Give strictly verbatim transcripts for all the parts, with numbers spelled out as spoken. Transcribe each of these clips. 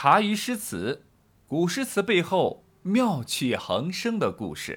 茶余诗词，古诗词背后妙趣横生的故事。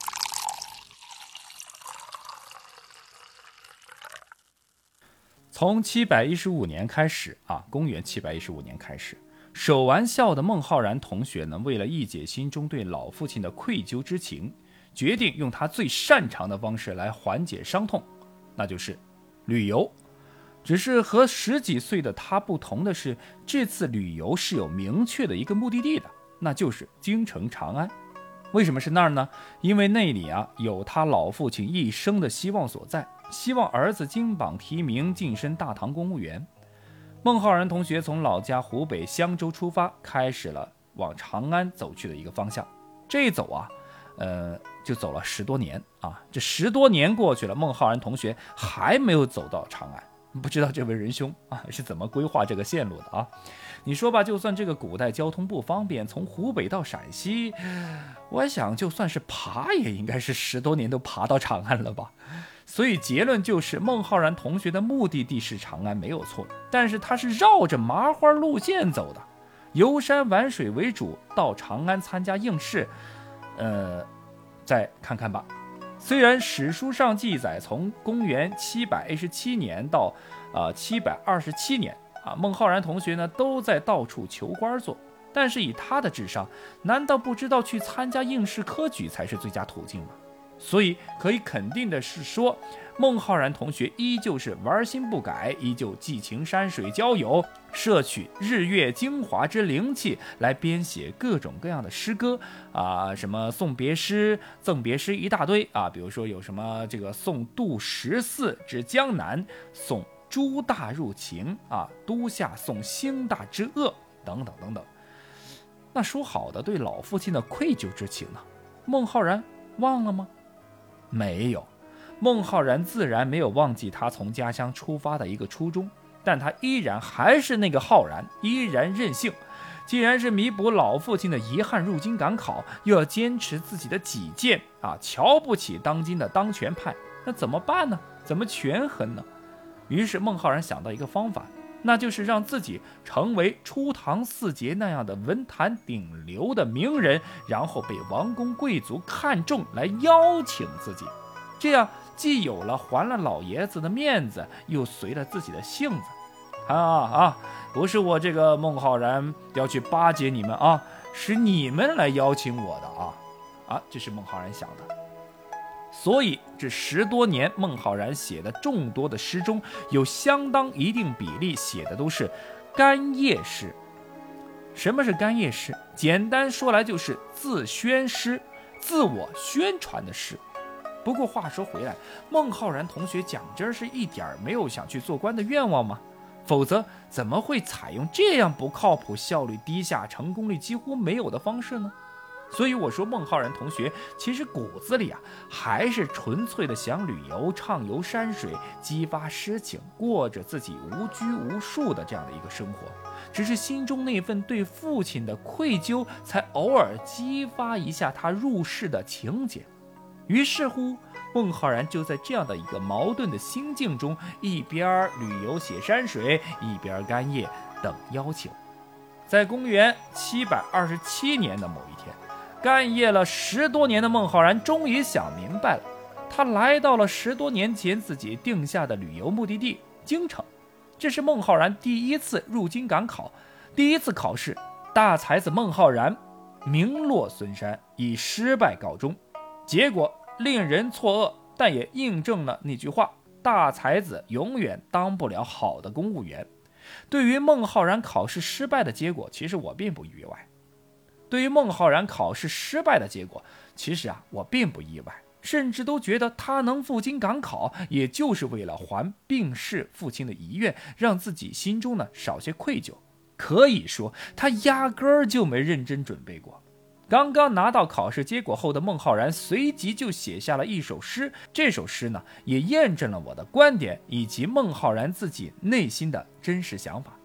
从七百一十五年开始啊，公元七百一十五年开始，守完孝的孟浩然同学呢，为了一解心中对老父亲的愧疚之情，决定用他最擅长的方式来缓解伤痛，那就是旅游。只是和十几岁的他不同的是，这次旅游是有明确的一个目的地的，那就是京城长安。为什么是那儿呢？因为那里啊有他老父亲一生的希望所在，希望儿子金榜题名，晋升大唐公务员。孟浩然同学从老家湖北襄州出发，开始了往长安走去的一个方向。这一走啊，呃，就走了十多年啊。这十多年过去了，孟浩然同学还没有走到长安。不知道这位仁兄啊是怎么规划这个线路的啊？你说吧，就算这个古代交通不方便，从湖北到陕西，我想就算是爬也应该是十多年都爬到长安了吧。所以结论就是孟浩然同学的目的地是长安没有错，但是他是绕着麻花路线走的，游山玩水为主，到长安参加应试。呃，再看看吧。虽然史书上记载，从公元七百一十七年到呃七百二十七年啊，孟浩然同学呢都在到处求官做，但是以他的智商，难道不知道去参加应试科举才是最佳途径吗？所以可以肯定的是说，孟浩然同学依旧是玩心不改，依旧寄情山水交友，摄取日月精华之灵气来编写各种各样的诗歌啊，什么送别诗、赠别诗一大堆啊，比如说有什么这个送杜十四之江南，送朱大入秦啊，都下送兴大之鄂等等等等。那说好的对老父亲的愧疚之情呢？孟浩然忘了吗？没有，孟浩然自然没有忘记他从家乡出发的一个初衷，但他依然还是那个浩然，依然任性。既然是弥补老父亲的遗憾入京赶考，又要坚持自己的己见啊，瞧不起当今的当权派，那怎么办呢？怎么权衡呢？于是孟浩然想到一个方法，那就是让自己成为初唐四杰那样的文坛顶流的名人，然后被王公贵族看中来邀请自己，这样既有了还了老爷子的面子，又随了自己的性子。啊啊，不是我这个孟浩然要去巴结你们啊，是你们来邀请我的啊啊，这是孟浩然想的。所以这十多年孟浩然写的众多的诗中，有相当一定比例写的都是干谒诗。什么是干谒诗？简单说来就是自宣诗，自我宣传的诗。不过话说回来，孟浩然同学讲真是一点没有想去做官的愿望吗？否则怎么会采用这样不靠谱、效率低下、成功率几乎没有的方式呢？所以我说孟浩然同学其实骨子里啊还是纯粹的想旅游，畅游山水，激发诗情，过着自己无拘无束的这样的一个生活，只是心中那份对父亲的愧疚才偶尔激发一下他入世的情节。于是乎孟浩然就在这样的一个矛盾的心境中，一边旅游写山水，一边干谒等邀请。在公元七百二十七年的某一天，干谒了十多年的孟浩然终于想明白了，他来到了十多年前自己定下的旅游目的地京城。这是孟浩然第一次入京赶考，第一次考试，大才子孟浩然名落孙山，以失败告终。结果令人错愕，但也印证了那句话，大才子永远当不了好的公务员。对于孟浩然考试失败的结果，其实我并不意外。对于孟浩然考试失败的结果，其实啊，我并不意外，甚至都觉得他能赴京赶考，也就是为了还病逝父亲的遗愿，让自己心中呢少些愧疚。可以说，他压根儿就没认真准备过。刚刚拿到考试结果后的孟浩然随即就写下了一首诗，这首诗呢也验证了我的观点以及孟浩然自己内心的真实想法。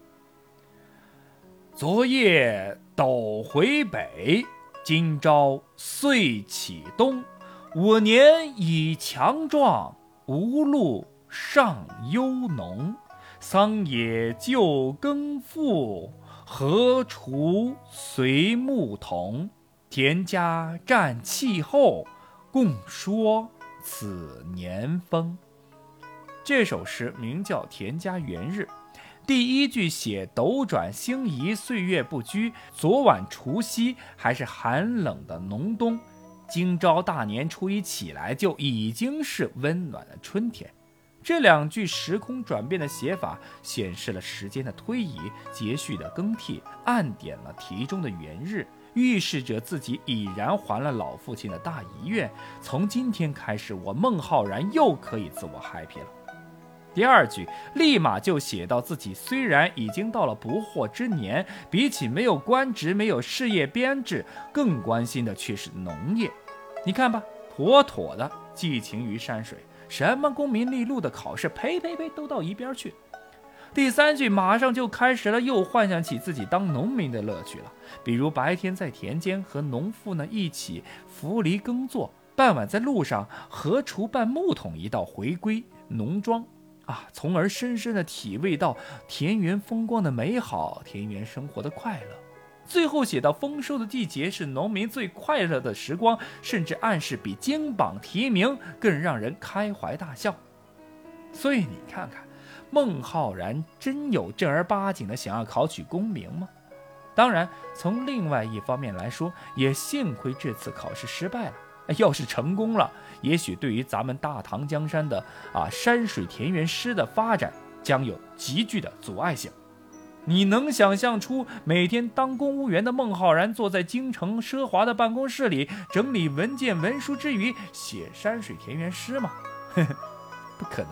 昨夜斗回北，今朝岁起东。我年已强壮，无路尚忧农。桑野旧耕赋， 荷锄随牧童，田家占气候，共说此年丰。这首诗名叫《田家园日》，第一句写斗转星移，岁月不居，昨晚除夕还是寒冷的农冬，今朝大年初一起来就已经是温暖的春天。这两句时空转变的写法显示了时间的推移，节序的更替，暗点了题中的元日，预示着自己已然还了老父亲的大遗愿。从今天开始，我孟浩然又可以自我 happy 了。第二句立马就写到自己虽然已经到了不惑之年，比起没有官职没有事业编制，更关心的却是农业。你看吧，妥妥的寄情于山水，什么功名利禄的考试，呸呸呸，都到一边去。第三句马上就开始了，又幻想起自己当农民的乐趣了，比如白天在田间和农妇呢一起扶犁耕作，傍晚在路上荷锄伴牧童一道回归农庄啊，从而深深地体味到田园风光的美好，田园生活的快乐。最后写到丰收的季节是农民最快乐的时光，甚至暗示比金榜题名更让人开怀大笑。所以你看看，孟浩然真有正儿八经的想要考取功名吗？当然，从另外一方面来说，也幸亏这次考试失败了。要是成功了，也许对于咱们大唐江山的啊山水田园诗的发展将有极具的阻碍性。你能想象出每天当公务员的孟浩然坐在京城奢华的办公室里整理文件文书之余写山水田园诗吗？不可能。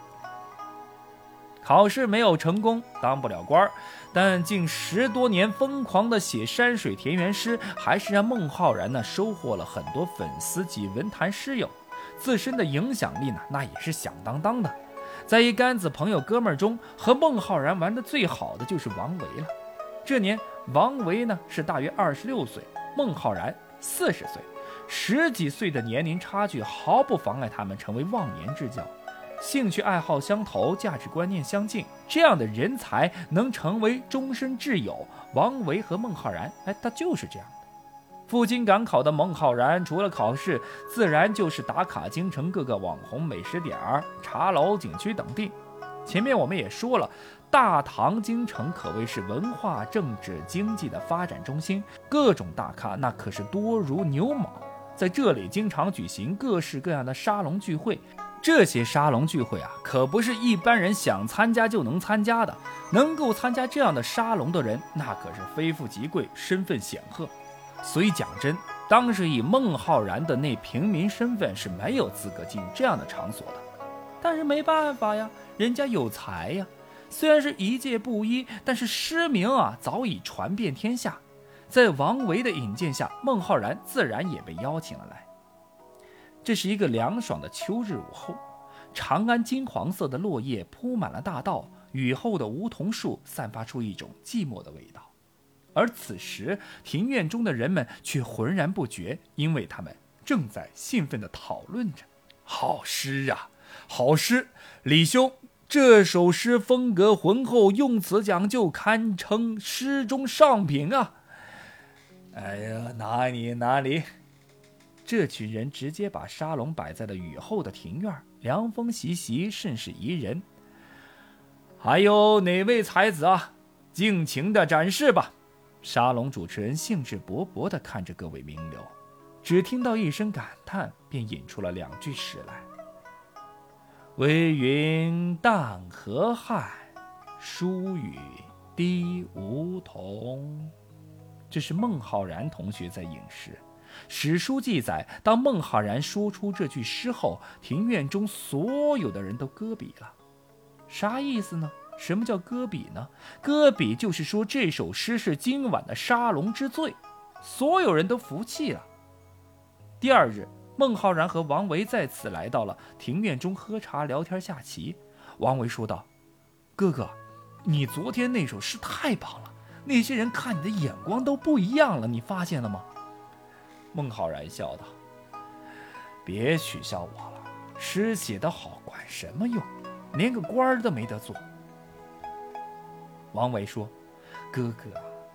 考试没有成功，当不了官，但近十多年疯狂的写山水田园诗，还是让孟浩然呢收获了很多粉丝及文坛诗友，自身的影响力呢那也是响当当的。在一干子朋友哥们中，和孟浩然玩的最好的就是王维了。这年王维呢是大约二十六岁，孟浩然四十岁，十几岁的年龄差距毫不妨碍他们成为忘年之交。兴趣爱好相投，价值观念相近，这样的人才能成为终身挚友。王维和孟浩然，哎，他就是这样的。赴京赶考的孟浩然，除了考试，自然就是打卡京城各个网红美食点、茶楼、景区等地。前面我们也说了，大唐京城可谓是文化、政治、经济的发展中心，各种大咖那可是多如牛毛。在这里经常举行各式各样的沙龙聚会。这些沙龙聚会啊，可不是一般人想参加就能参加的。能够参加这样的沙龙的人，那可是非富即贵，身份显赫。所以讲真，当时以孟浩然的那平民身份是没有资格进入这样的场所的。但是没办法呀，人家有才呀。虽然是一介布衣，但是诗名啊早已传遍天下。在王维的引荐下，孟浩然自然也被邀请了来。这是一个凉爽的秋日午后，长安金黄色的落叶铺满了大道，雨后的梧桐树散发出一种寂寞的味道。而此时庭院中的人们却浑然不觉，因为他们正在兴奋地讨论着。好诗啊，好诗！李兄，这首诗风格浑厚，用词讲究，堪称诗中上品啊！哎呀，哪里哪里！这群人直接把沙龙摆在了雨后的庭院，凉风习习，甚是宜人。还有哪位才子啊？尽情的展示吧！沙龙主持人兴致勃勃地看着各位名流，只听到一声感叹，便引出了两句诗来：微云淡河汉，疏雨滴梧桐。这是孟浩然同学在吟诗。史书记载，当孟浩然说出这句诗后，庭院中所有的人都搁笔了。啥意思呢？什么叫搁笔呢？搁笔就是说这首诗是今晚的沙龙之最，所有人都服气了。第二日，孟浩然和王维再次来到了庭院中喝茶聊天下棋。王维说道：哥哥，你昨天那首诗太棒了，那些人看你的眼光都不一样了，你发现了吗？孟浩然笑道：别取笑我了，诗写得好管什么用，连个官都没得做。王维说：哥哥啊，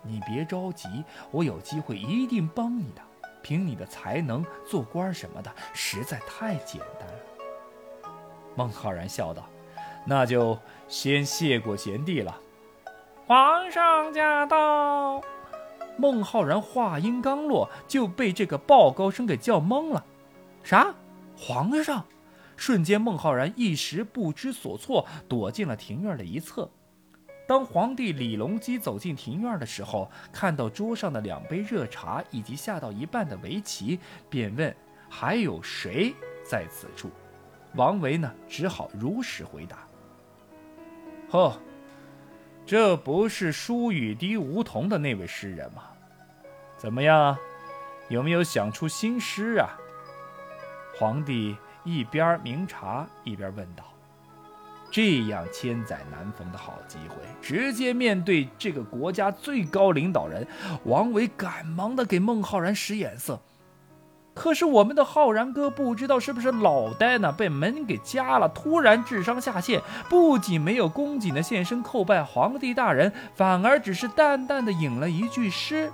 你别着急，我有机会一定帮你的。凭你的才能，做官什么的，实在太简单了。”孟浩然笑道：“那就先谢过贤弟了。”皇上驾到！孟浩然话音刚落，就被这个报告声给叫懵了。啥？皇上？瞬间孟浩然一时不知所措，躲进了庭院的一侧。当皇帝李隆基走进庭院的时候，看到桌上的两杯热茶以及下到一半的围棋，便问还有谁在此处。王维呢，只好如实回答：“呵，这不是书雨滴梧桐的那位诗人吗？怎么样，有没有想出新诗啊？”皇帝一边茗茶一边问道。这样千载难逢的好机会，直接面对这个国家最高领导人，王维赶忙的给孟浩然使眼色。可是我们的浩然哥不知道是不是脑袋呢被门给夹了，突然智商下线，不仅没有恭谨的现身叩拜皇帝大人，反而只是淡淡的引了一句诗：“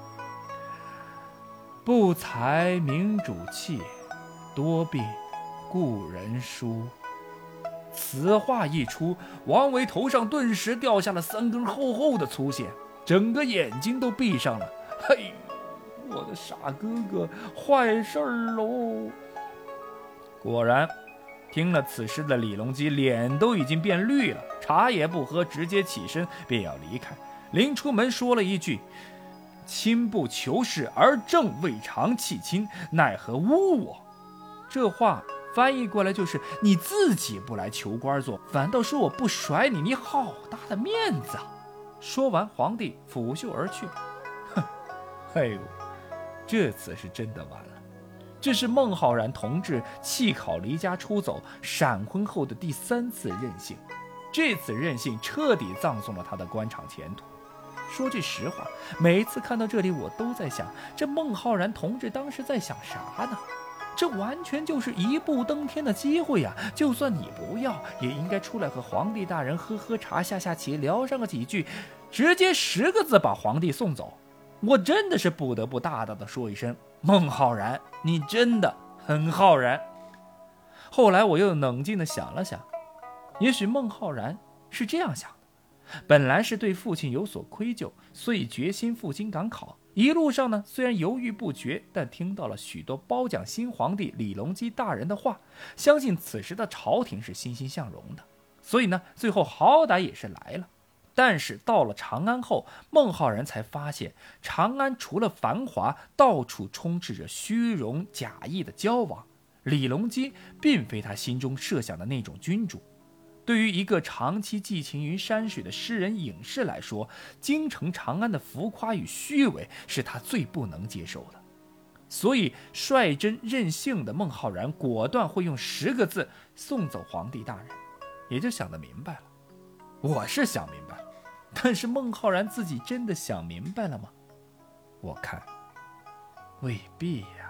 不才明主气，多病故人疏。”此话一出，王维头上顿时掉下了三根厚厚的粗线，整个眼睛都闭上了。嘿，我的傻哥哥，坏事喽！果然，听了此事的李隆基脸都已经变绿了，茶也不喝，直接起身便要离开。临出门说了一句：“亲不求事，而正未尝弃亲，奈何污我？”这话翻译过来就是：你自己不来求官做，反倒说我不甩你，你好大的面子啊！说完，皇帝拂袖而去。哼，哎呦，这次是真的完了。这是孟浩然同志弃考离家出走、闪婚后的第三次任性，这次任性彻底葬送了他的官场前途。说句实话，每一次看到这里，我都在想，这孟浩然同志当时在想啥呢？这完全就是一步登天的机会呀！就算你不要，也应该出来和皇帝大人喝喝茶、下下棋、聊上个几句，直接十个字把皇帝送走。我真的是不得不大大的说一声，孟浩然，你真的很浩然。后来我又冷静的想了想，也许孟浩然是这样想的：本来是对父亲有所愧疚，所以决心赴京赶考。一路上呢，虽然犹豫不决，但听到了许多褒奖新皇帝李隆基大人的话，相信此时的朝廷是欣欣向荣的，所以呢，最后好歹也是来了。但是到了长安后，孟浩然才发现，长安除了繁华，到处充斥着虚荣假意的交往。李隆基并非他心中设想的那种君主。对于一个长期寄情于山水的诗人隐士来说，京城长安的浮夸与虚伪是他最不能接受的。所以率真任性的孟浩然果断会用十个字送走皇帝大人，也就想得明白了。我是想明白了，但是孟浩然自己真的想明白了吗？我看未必呀。